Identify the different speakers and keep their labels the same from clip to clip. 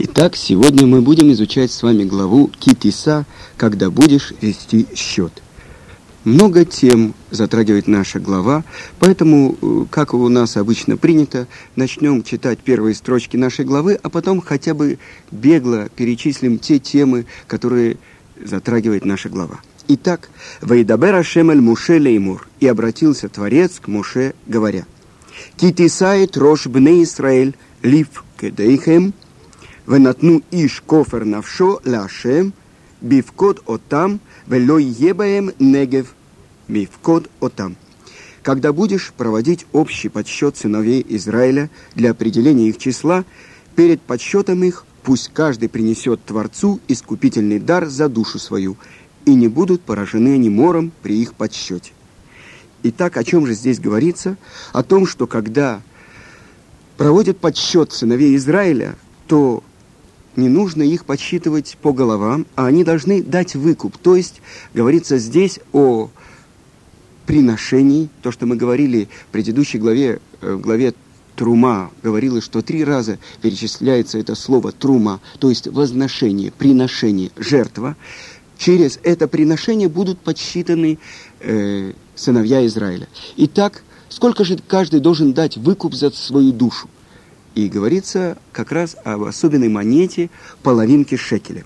Speaker 1: Итак, сегодня мы будем изучать с вами главу Ки-Тиса, когда будешь вести счет. Много тем затрагивает наша глава, поэтому, как у нас обычно принято, начнем читать первые строчки нашей главы, а потом хотя бы бегло перечислим те темы, которые затрагивает наша глава. Итак, «Ваидабер Ашем эль Моше леймур», и обратился Творец к Моше, говоря, «Ки-Тисает рош бней Исраэль лив кедейхем, ונתנו איש כופר נפשו להשם, בפקוד אותם, ולא יהיה בהם נגב, בפקод אותם». Когда будешь проводить общий подсчет сыновей Израиля для определения их числа, перед подсчетом их пусть каждый принесет Творцу искупительный дар за душу свою, и не будут поражены они мором при их подсчете. Итак, о чем же здесь говорится? О том, что когда проводят подсчет сыновей Израиля, то не нужно их подсчитывать по головам, а они должны дать выкуп. То есть, говорится здесь о приношении, то, что мы говорили в предыдущей главе, в главе Трума, говорилось, что 3 раза перечисляется это слово Трума, то есть возношение, приношение, жертва. Через это приношение будут подсчитаны сыновья Израиля. Итак, сколько же каждый должен дать выкуп за свою душу? И говорится как раз об особенной монете половинки шекеля.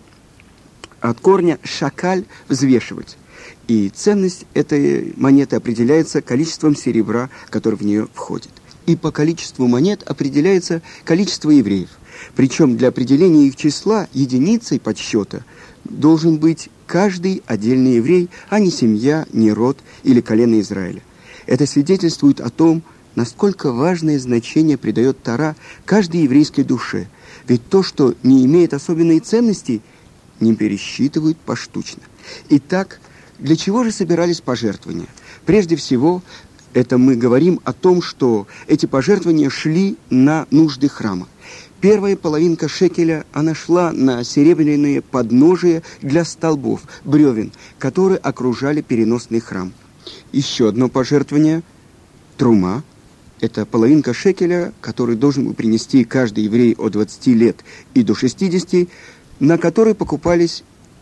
Speaker 1: От корня шакаль – взвешивать. И ценность этой монеты определяется количеством серебра, которое в нее входит. И по количеству монет определяется количество евреев. Причем для определения их числа единицей подсчета должен быть каждый отдельный еврей, а не семья, не род или колено Израиля. Это свидетельствует о том, насколько важное значение придает Тора каждой еврейской душе. Ведь то, что не имеет особенной ценности, не пересчитывают поштучно. Итак, для чего же собирались пожертвования? Прежде всего, это мы говорим о том, что эти пожертвования шли на нужды храма. Первая половинка шекеля, она шла на серебряные подножия для столбов, бревен, которые окружали переносный храм. Еще одно пожертвование – трума. Это половинка шекеля, который должен был принести каждый еврей от 20 лет и до 60, на которой покупались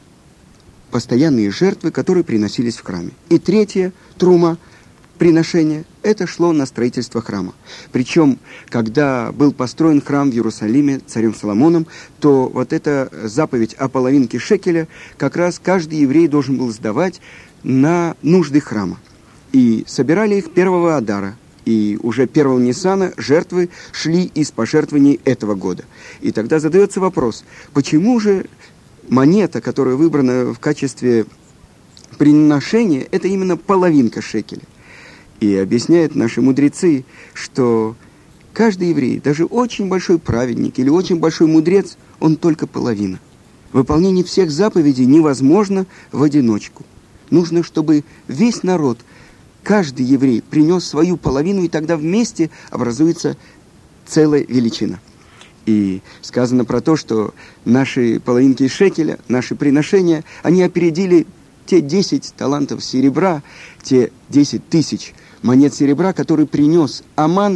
Speaker 1: постоянные жертвы, которые приносились в храме. И третье, трума, приношение, это шло на строительство храма. Причем, когда был построен храм в Иерусалиме царем Соломоном, то вот эта заповедь о половинке шекеля как раз каждый еврей должен был сдавать на нужды храма. И собирали их 1 Адара. И уже 1 Ниссана жертвы шли из пожертвований этого года. И тогда задается вопрос, почему же монета, которая выбрана в качестве приношения, это именно половинка шекеля? И объясняют наши мудрецы, что каждый еврей, даже очень большой праведник или очень большой мудрец, он только половина. Выполнение всех заповедей невозможно в одиночку. Нужно, чтобы весь народ, каждый еврей принес свою половину, и тогда вместе образуется целая величина. И сказано про то, что наши половинки шекеля, наши приношения, они опередили те 10 талантов серебра, те 10 тысяч монет серебра, которые принес Аман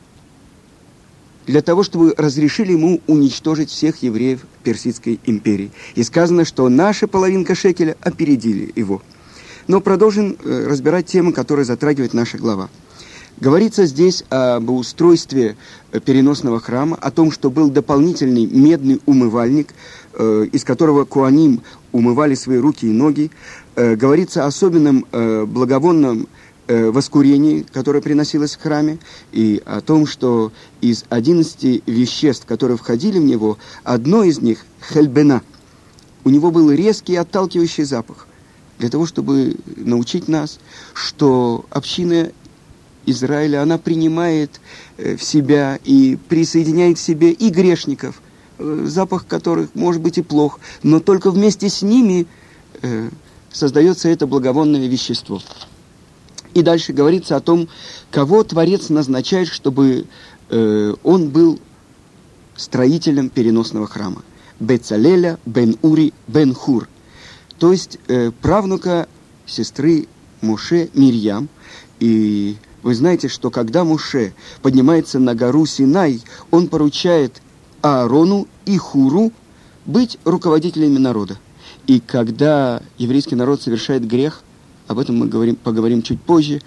Speaker 1: для того, чтобы разрешили ему уничтожить всех евреев Персидской империи. И сказано, что наша половинка шекеля опередили его. Но продолжим разбирать темы, которые затрагивает наша глава. Говорится здесь об устройстве переносного храма, о том, что был дополнительный медный умывальник, из которого коаним умывали свои руки и ноги. Говорится о особенном благовонном воскурении, которое приносилось в храме, и о том, что из 11 веществ, которые входили в него, одно из них – хельбена. У него был резкий отталкивающий запах. Для того, чтобы научить нас, что община Израиля, она принимает в себя и присоединяет к себе и грешников, запах которых может быть и плох, но только вместе с ними создается это благовонное вещество. И дальше говорится о том, кого Творец назначает, чтобы он был строителем переносного храма. Бецалеля бен Ури бен Хур. То есть правнука сестры Моше Мирьям. И вы знаете, что когда Моше поднимается на гору Синай, он поручает Аарону и Хуру быть руководителями народа. И когда еврейский народ совершает грех, об этом мы поговорим чуть позже,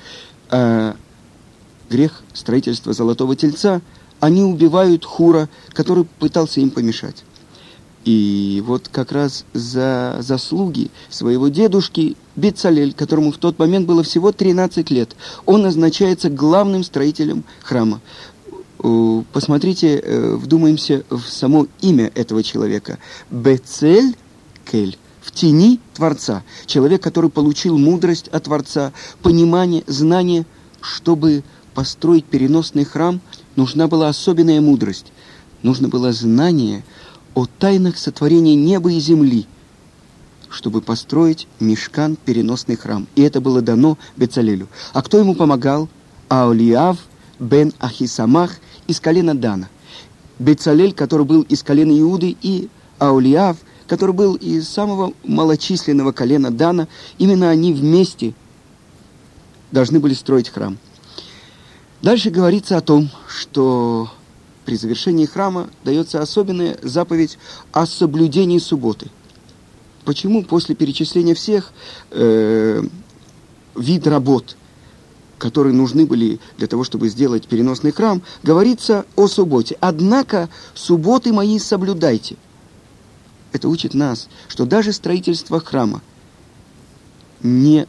Speaker 1: грех строительства золотого тельца, они убивают Хура, который пытался им помешать. И вот как раз за заслуги своего дедушки Бецалель, которому в тот момент было всего 13 лет, он назначается главным строителем храма. Посмотрите, вдумаемся в само имя этого человека. Бецель-Кель, в тени Творца. Человек, который получил мудрость от Творца, понимание, знание. Чтобы построить переносный храм, нужна была особенная мудрость. Нужно было знание о тайнах сотворения неба и земли, чтобы построить мишкан, переносный храм. И это было дано Бецалелю. А кто ему помогал? Аолиав бен Ахисамах из колена Дана. Бецалель, который был из колена Иуды, и Аолиав, который был из самого малочисленного колена Дана, именно они вместе должны были строить храм. Дальше говорится о том, что при завершении храма дается особенная заповедь о соблюдении субботы. Почему после перечисления всех вид работ, которые нужны были для того, чтобы сделать переносный храм, говорится о субботе. Однако субботы мои соблюдайте. Это учит нас, что даже строительство храма не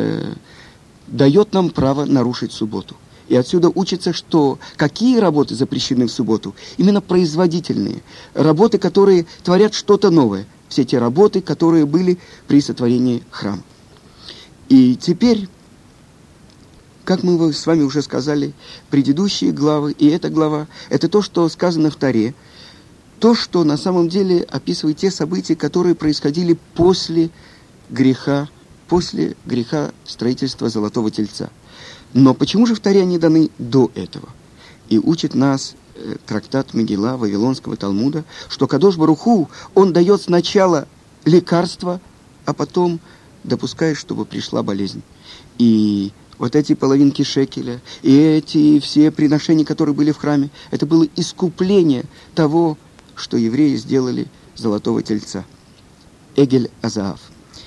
Speaker 1: дает нам право нарушить субботу. И отсюда учится, что какие работы запрещены в субботу? Именно производительные. Работы, которые творят что-то новое. Все те работы, которые были при сотворении храма. И теперь, как мы с вами уже сказали, предыдущие главы и эта глава, это то, что сказано в Торе, то, что на самом деле описывает те события, которые происходили после греха строительства Золотого Тельца. Но почему же в Торе они даны до этого? И учит нас трактат Мегилла Вавилонского Талмуда, что Кадош Барух Ху, он дает сначала лекарство, а потом допускает, чтобы пришла болезнь. И вот эти половинки шекеля, и эти все приношения, которые были в храме, это было искупление того, что евреи сделали Золотого Тельца. Эгель Азаав.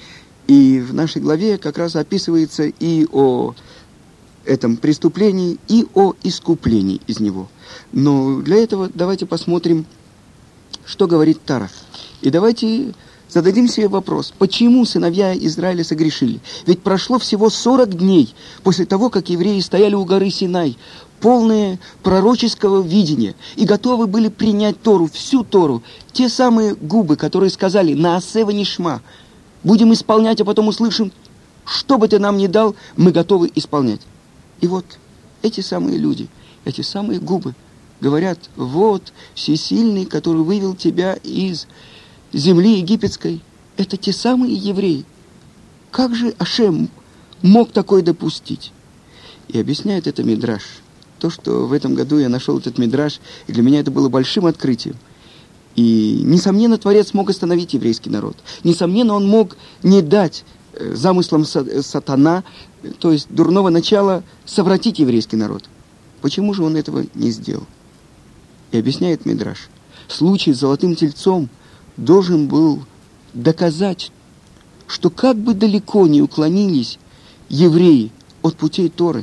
Speaker 1: И в нашей главе как раз описывается и о этом преступлении, и о искуплении из него. Но для этого давайте посмотрим, что говорит Тора. И давайте зададим себе вопрос, почему сыновья Израиля согрешили? Ведь прошло всего 40 дней после того, как евреи стояли у горы Синай, полные пророческого видения, и готовы были принять Тору, всю Тору, те самые губы, которые сказали «Наасе ванишма», будем исполнять, а потом услышим, что бы ты нам ни дал, мы готовы исполнять. И вот эти самые люди, эти самые губы говорят, вот всесильный, который вывел тебя из земли египетской, это те самые евреи. Как же Ашем мог такое допустить? И объясняет это Мидраш. То, что в этом году я нашел этот Мидраш, и для меня это было большим открытием. И, несомненно, Творец мог остановить еврейский народ. Несомненно, он мог не дать замыслам сатана, то есть дурного начала, совратить еврейский народ. Почему же он этого не сделал? И объясняет Мидраш. Случай с Золотым Тельцом должен был доказать, что как бы далеко ни уклонились евреи от путей Торы,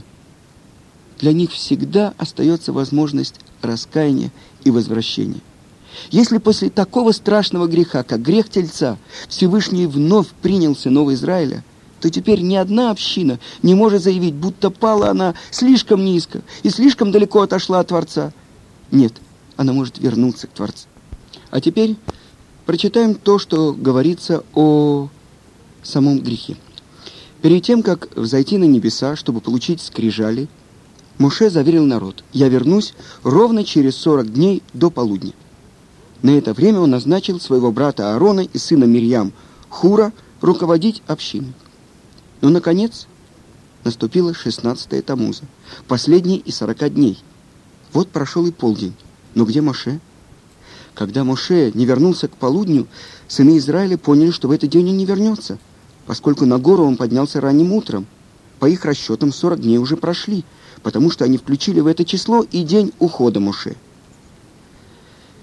Speaker 1: для них всегда остается возможность раскаяния и возвращения. Если после такого страшного греха, как грех Тельца, Всевышний вновь принял сынов Израиля, то теперь ни одна община не может заявить, будто пала она слишком низко и слишком далеко отошла от Творца. Нет, она может вернуться к Творцу. А теперь прочитаем то, что говорится о самом грехе. Перед тем, как взойти на небеса, чтобы получить скрижали, Моше заверил народ: «Я вернусь ровно через 40 дней до полудня». На это время он назначил своего брата Аарона и сына Мирьям Хура руководить общиной. Но, наконец, наступило 16-е Тамуза, последний из 40 дней. Вот прошел и полдень. Но где Моше? Когда Моше не вернулся к полудню, сыны Израиля поняли, что в этот день он не вернется, поскольку на гору он поднялся ранним утром. По их расчетам 40 дней уже прошли, потому что они включили в это число и день ухода Моше.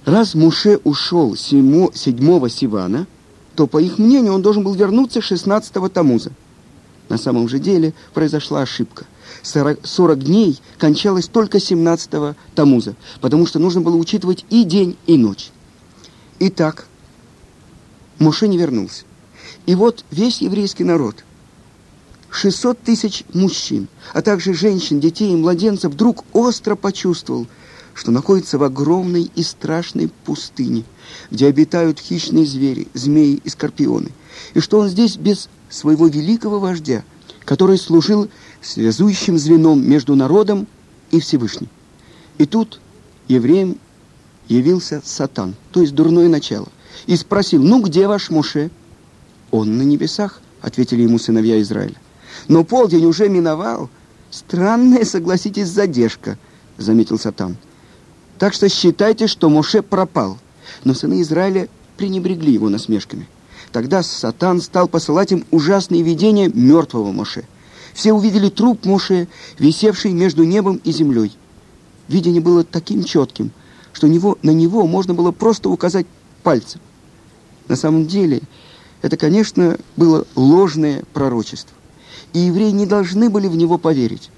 Speaker 1: Раз Моше ушел 7-го Сивана, то, по их мнению, он должен был вернуться 16-го Тамуза. На самом же деле произошла ошибка. 40 дней кончалось только 17-го Тамуза, потому что нужно было учитывать и день, и ночь. Итак, Моше не вернулся. И вот весь еврейский народ, 600 тысяч мужчин, а также женщин, детей и младенцев, вдруг остро почувствовал, что находится в огромной и страшной пустыне, где обитают хищные звери, змеи и скорпионы, и что он здесь без своего великого вождя, который служил связующим звеном между народом и Всевышним. И тут евреям явился Сатан, то есть дурное начало, и спросил: «Ну, где ваш Моше?» «Он на небесах», — ответили ему сыновья Израиля. «Но полдень уже миновал. Странная, согласитесь, задержка», — заметил Сатан. «Так что считайте, что Моше пропал». Но сыны Израиля пренебрегли его насмешками. Тогда Сатан стал посылать им ужасные видения мертвого Моше. Все увидели труп Моше, висевший между небом и землей. Видение было таким четким, что на него можно было просто указать пальцем. На самом деле, это, конечно, было ложное пророчество, и евреи не должны были в него поверить.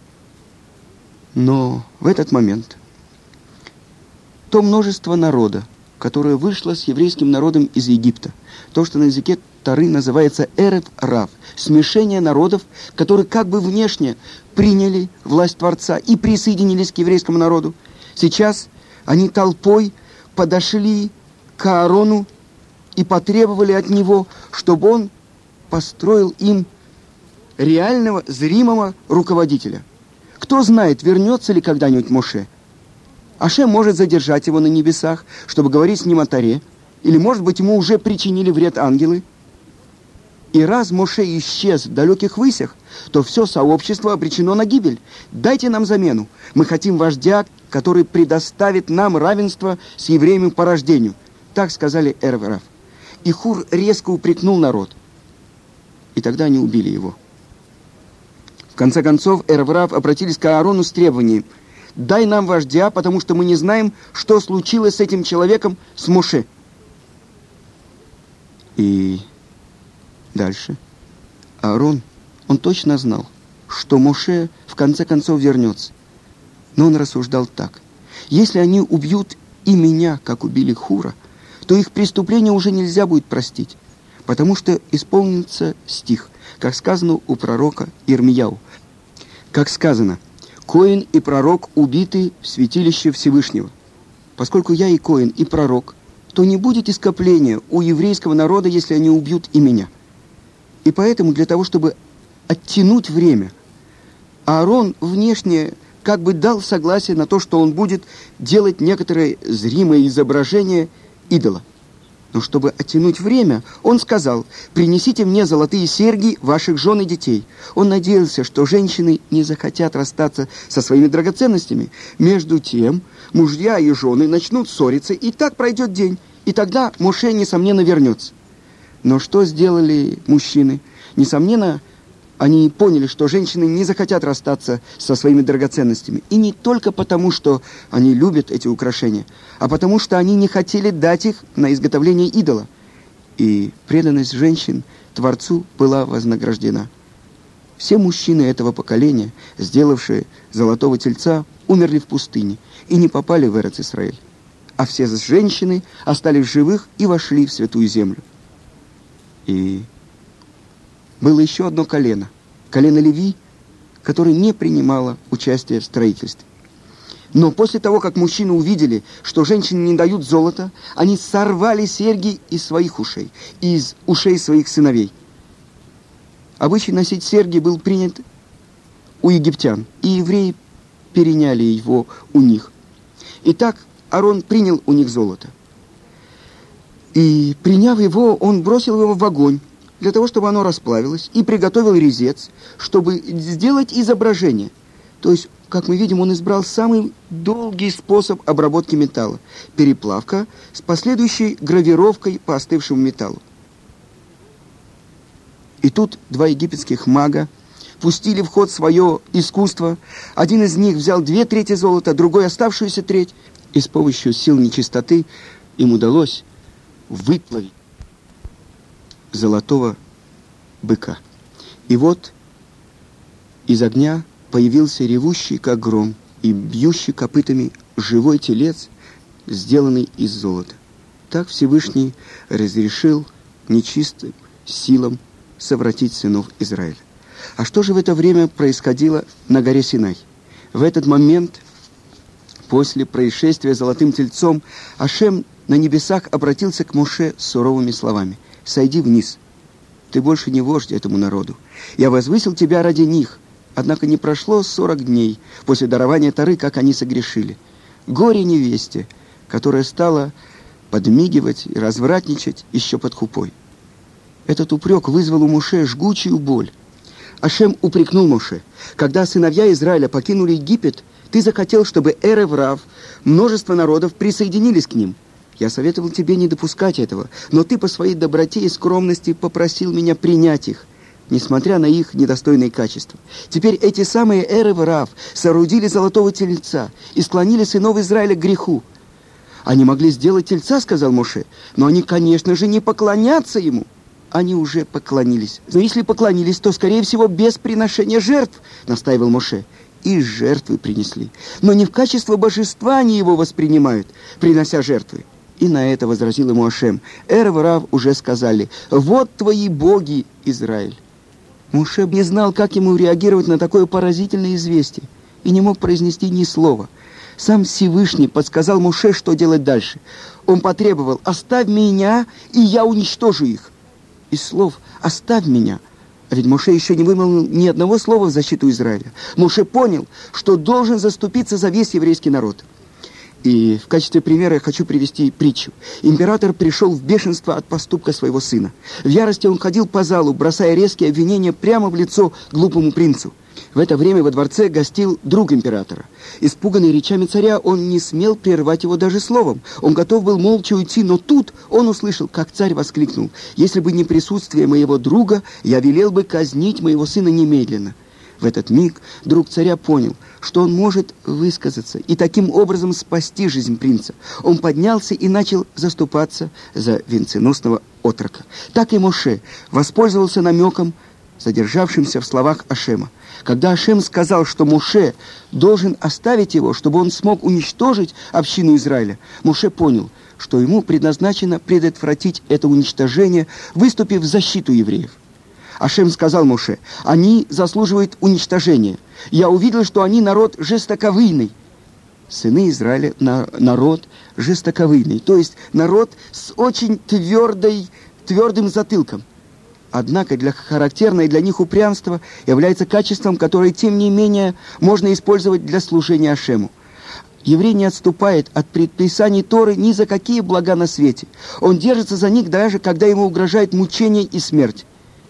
Speaker 1: Но в этот момент то множество народа, которое вышло с еврейским народом из Египта, то, что на языке Торы называется Эрев Рав, смешение народов, которые как бы внешне приняли власть Творца и присоединились к еврейскому народу. Сейчас они толпой подошли к Аарону и потребовали от него, чтобы он построил им реального, зримого руководителя. Кто знает, вернется ли когда-нибудь Моше. Ашем может задержать его на небесах, чтобы говорить с ним о Торе, или, может быть, ему уже причинили вред ангелы. И раз Моше исчез в далеких высях, то все сообщество обречено на гибель. Дайте нам замену. Мы хотим вождя, который предоставит нам равенство с евреями по рождению. Так сказали Эрев Рав. И Хур резко упрекнул народ. И тогда они убили его. В конце концов, Эрев Рав обратились к Аарону с требованием: «Дай нам вождя, потому что мы не знаем, что случилось с этим человеком, с Моше». И дальше Аарон, он точно знал, что Моше в конце концов вернется. Но он рассуждал так: если они убьют и меня, как убили Хура, то их преступление уже нельзя будет простить, потому что исполнится стих, как сказано у пророка Ирмияу. Как сказано: «Коэн и пророк убиты в святилище Всевышнего». Поскольку я и коэн, и пророк, то не будет искупления у еврейского народа, если они убьют и меня. И поэтому для того, чтобы оттянуть время, Аарон внешне как бы дал согласие на то, что он будет делать некоторое зримое изображение идола. Но чтобы оттянуть время, он сказал: «Принесите мне золотые серьги ваших жен и детей». Он надеялся, что женщины не захотят расстаться со своими драгоценностями. Между тем, мужья и жены начнут ссориться, и так пройдет день, и тогда Моше, несомненно, вернется. Но что сделали мужчины? Несомненно, они поняли, что женщины не захотят расстаться со своими драгоценностями. И не только потому, что они любят эти украшения, а потому, что они не хотели дать их на изготовление идола. И преданность женщин Творцу была вознаграждена. Все мужчины этого поколения, сделавшие золотого тельца, умерли в пустыне и не попали в Эрец-Исраэль. А все женщины остались живых и вошли в Святую Землю. И было еще одно колено, колено Леви, которое не принимало участие в строительстве. Но после того, как мужчины увидели, что женщины не дают золота, они сорвали серьги из своих ушей, из ушей своих сыновей. Обычай носить серьги был принят у египтян, и евреи переняли его у них. Итак, Аарон принял у них золото. И, приняв его, он бросил его в огонь, для того, чтобы оно расплавилось, и приготовил резец, чтобы сделать изображение. То есть, как мы видим, он избрал самый долгий способ обработки металла – переплавка с последующей гравировкой по остывшему металлу. И тут два египетских мага пустили в ход свое искусство. Один из них взял 2/3 золота, другой оставшуюся треть. И с помощью сил нечистоты им удалось выплавить золотого быка. И вот из огня появился ревущий, как гром, и бьющий копытами живой телец, сделанный из золота. Так Всевышний разрешил нечистым силам совратить сынов Израиля. А что же в это время происходило на горе Синай? В этот момент, после происшествия с золотым тельцом, Ашем на небесах обратился к Моше с суровыми словами: «Сойди вниз, ты больше не вождь этому народу. Я возвысил тебя ради них». Однако не прошло 40 дней после дарования Торы, как они согрешили. Горе невесте, которая стала подмигивать и развратничать еще под хупой. Этот упрек вызвал у Моше жгучую боль. Ашем упрекнул Моше: «Когда сыновья Израиля покинули Египет, ты захотел, чтобы Эрев Рав, множество народов, присоединились к ним. Я советовал тебе не допускать этого, но ты по своей доброте и скромности попросил меня принять их, несмотря на их недостойные качества. Теперь эти самые Эрев Рав соорудили золотого тельца и склонили сынов Израиля к греху. Они могли сделать тельца, сказал Моше, но они, конечно же, не поклонятся ему». Они уже поклонились. Но если поклонились, то, скорее всего, без приношения жертв, настаивал Моше. И жертвы принесли. Но не в качестве божества они его воспринимают, принося жертвы. И на это возразил ему Ашем: «Эрев Рав уже сказали: вот твои боги, Израиль». Моше не знал, как ему реагировать на такое поразительное известие, и не мог произнести ни слова. Сам Всевышний подсказал Моше, что делать дальше. Он потребовал: «Оставь меня, и я уничтожу их». Из слов «оставь меня», а ведь Моше еще не вымолвил ни одного слова в защиту Израиля. Моше понял, что должен заступиться за весь еврейский народ. И в качестве примера я хочу привести притчу. Император пришел в бешенство от поступка своего сына. В ярости он ходил по залу, бросая резкие обвинения прямо в лицо глупому принцу. В это время во дворце гостил друг императора. Испуганный речами царя, он не смел прервать его даже словом. Он готов был молча уйти, но тут он услышал, как царь воскликнул: «Если бы не присутствие моего друга, я велел бы казнить моего сына немедленно». В этот миг друг царя понял, что он может высказаться и таким образом спасти жизнь принца. Он поднялся и начал заступаться за венценосного отрока. Так и Моше воспользовался намеком, задержавшимся в словах Ашема. Когда Ашем сказал, что Моше должен оставить его, чтобы он смог уничтожить общину Израиля, Моше понял, что ему предназначено предотвратить это уничтожение, выступив в защиту евреев. Ашем сказал Моше: «Они заслуживают уничтожения. Я увидел, что они народ жестоковыйный». Сыны Израиля – народ жестоковыйный, то есть народ с очень твердым затылком. Однако характерное для них упрямство является качеством, которое, тем не менее, можно использовать для служения Ашему. Еврей не отступает от предписаний Торы ни за какие блага на свете. Он держится за них даже, когда ему угрожает мучение и смерть.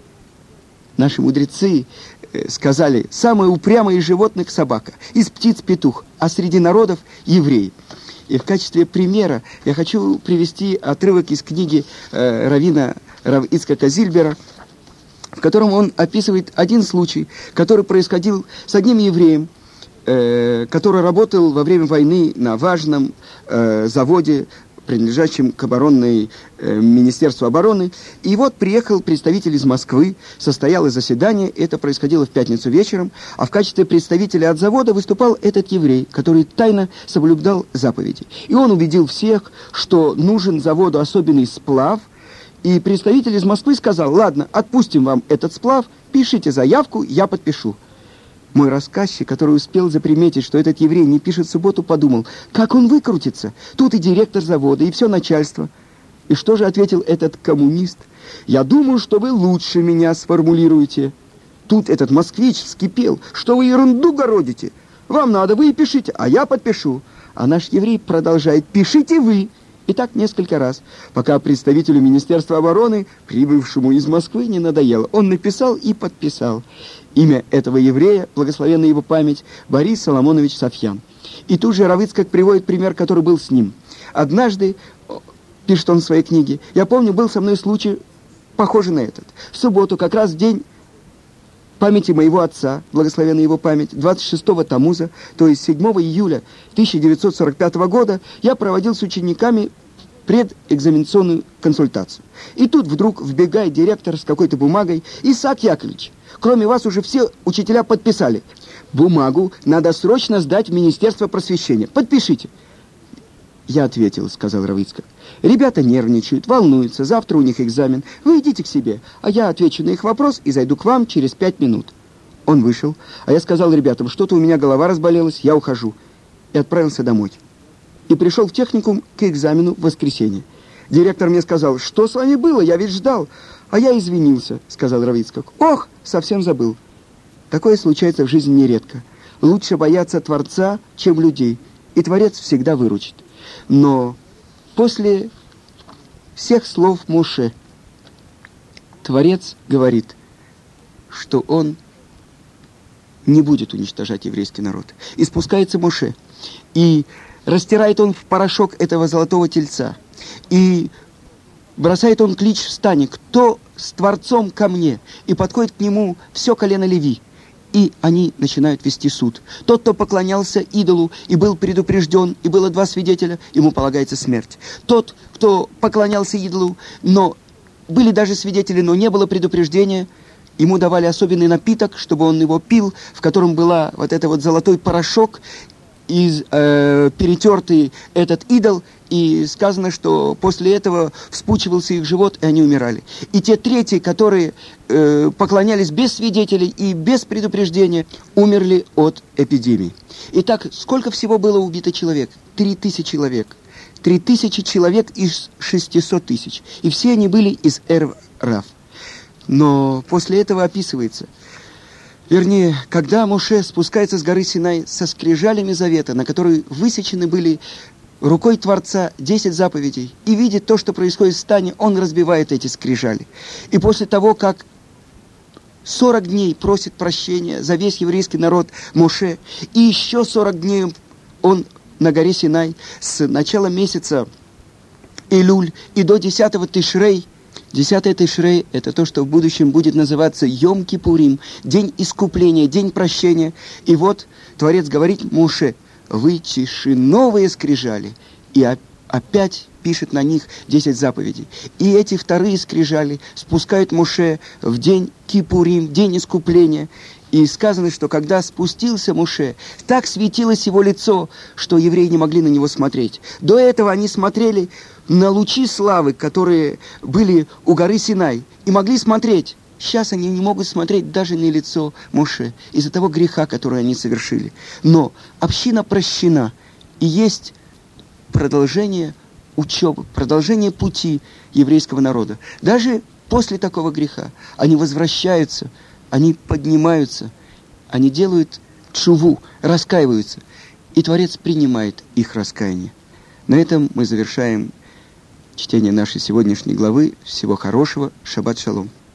Speaker 1: Наши мудрецы сказали: самое упрямое из животных – собака, из птиц – петух, а среди народов – евреи. И в качестве примера я хочу привести отрывок из книги раввина Рав Ицхака Зильбера, в котором он описывает один случай, который происходил с одним евреем, который работал во время войны на важном заводе, принадлежащем к Министерству обороны. И вот приехал представитель из Москвы, состоялось заседание, это происходило в пятницу вечером, а в качестве представителя от завода выступал этот еврей, который тайно соблюдал заповеди. И он убедил всех, что нужен заводу особенный сплав, и представитель из Москвы сказал: «Ладно, отпустим вам этот сплав, пишите заявку, я подпишу». Мой рассказчик, который успел заприметить, что этот еврей не пишет в субботу, подумал: как он выкрутится? Тут и директор завода, и все начальство. И что же ответил этот коммунист? «Я думаю, что вы лучше меня сформулируете». Тут этот москвич вскипел: «Что вы ерунду городите? Вам надо, вы и пишите, а я подпишу». А наш еврей продолжает: «Пишите вы». И так несколько раз, пока представителю Министерства обороны, прибывшему из Москвы, не надоело. Он написал и подписал. Имя этого еврея, благословенна его память, Борис Соломонович Сафьян. И тут же Рав Ицхак приводит пример, который был с ним. «Однажды, — пишет он в своей книге, — я помню, был со мной случай, похожий на этот. В субботу, как раз в день памяти моего отца, благословенна его память, 26-го Тамуза, то есть 7 июля 1945 года, я проводил с учениками предэкзаменационную консультацию. И тут вдруг вбегает директор с какой-то бумагой. Исаак Яковлевич, кроме вас уже все учителя подписали. Бумагу надо срочно сдать в Министерство просвещения. Подпишите. Я ответил, сказал Рав Ицхак. Ребята нервничают, волнуются, завтра у них экзамен. Вы идите к себе, а я отвечу на их вопрос и зайду к вам через 5 минут. Он вышел, а я сказал ребятам, что-то у меня голова разболелась, я ухожу. И отправился домой. И пришел в техникум к экзамену в воскресенье. Директор мне сказал, что с вами было, я ведь ждал. А я извинился, сказал Рав Ицхак. Ох, совсем забыл. Такое случается в жизни нередко. Лучше бояться Творца, чем людей. И Творец всегда выручит. Но после всех слов Моше Творец говорит, что он не будет уничтожать еврейский народ. И спускается Моше, и растирает он в порошок этого золотого тельца, и бросает он клич в стане, кто с Творцом ко мне, и подходит к нему все колено Леви. И они начинают вести суд. Тот, кто поклонялся идолу и был предупрежден, и было 2 свидетеля, ему полагается смерть. Тот, кто поклонялся идолу, но были даже свидетели, но не было предупреждения, ему давали особенный напиток, чтобы он его пил, в котором была вот это вот золотой порошок, перетертый этот идол, и сказано, что после этого вспучивался их живот, и они умирали. И те третьи, которые поклонялись без свидетелей и без предупреждения, умерли от эпидемии. Итак, сколько всего было убито человек? 3000 человек. 3000 человек из 600 тысяч. И все они были из Эр-Рав. Но после этого описывается... Вернее, когда Моше спускается с горы Синай со скрижалями завета, на которые высечены были рукой Творца 10 заповедей, и видит то, что происходит в стане, он разбивает эти скрижали. И после того, как 40 дней просит прощения за весь еврейский народ Моше, и еще 40 дней он на горе Синай с начала месяца Илюль и до 10-го Тишрей. 10-й Тишрей – это то, что в будущем будет называться Йом-Кипурим, день искупления, день прощения. И вот Творец говорит Моше, вычеши новые скрижали. И опять пишет на них 10 заповедей. И эти вторые скрижали спускают Моше в день Кипурим, день искупления. И сказано, что когда спустился Моше, так светилось его лицо, что евреи не могли на него смотреть. До этого они смотрели на лучи славы, которые были у горы Синай, и могли смотреть. Сейчас они не могут смотреть даже на лицо Моше из-за того греха, который они совершили. Но община прощена, и есть продолжение учебы, продолжение пути еврейского народа. Даже после такого греха они возвращаются, они поднимаются, они делают тшуву, раскаиваются, и Творец принимает их раскаяние. На этом мы завершаем чтение нашей сегодняшней главы. Всего хорошего. Шаббат шалом.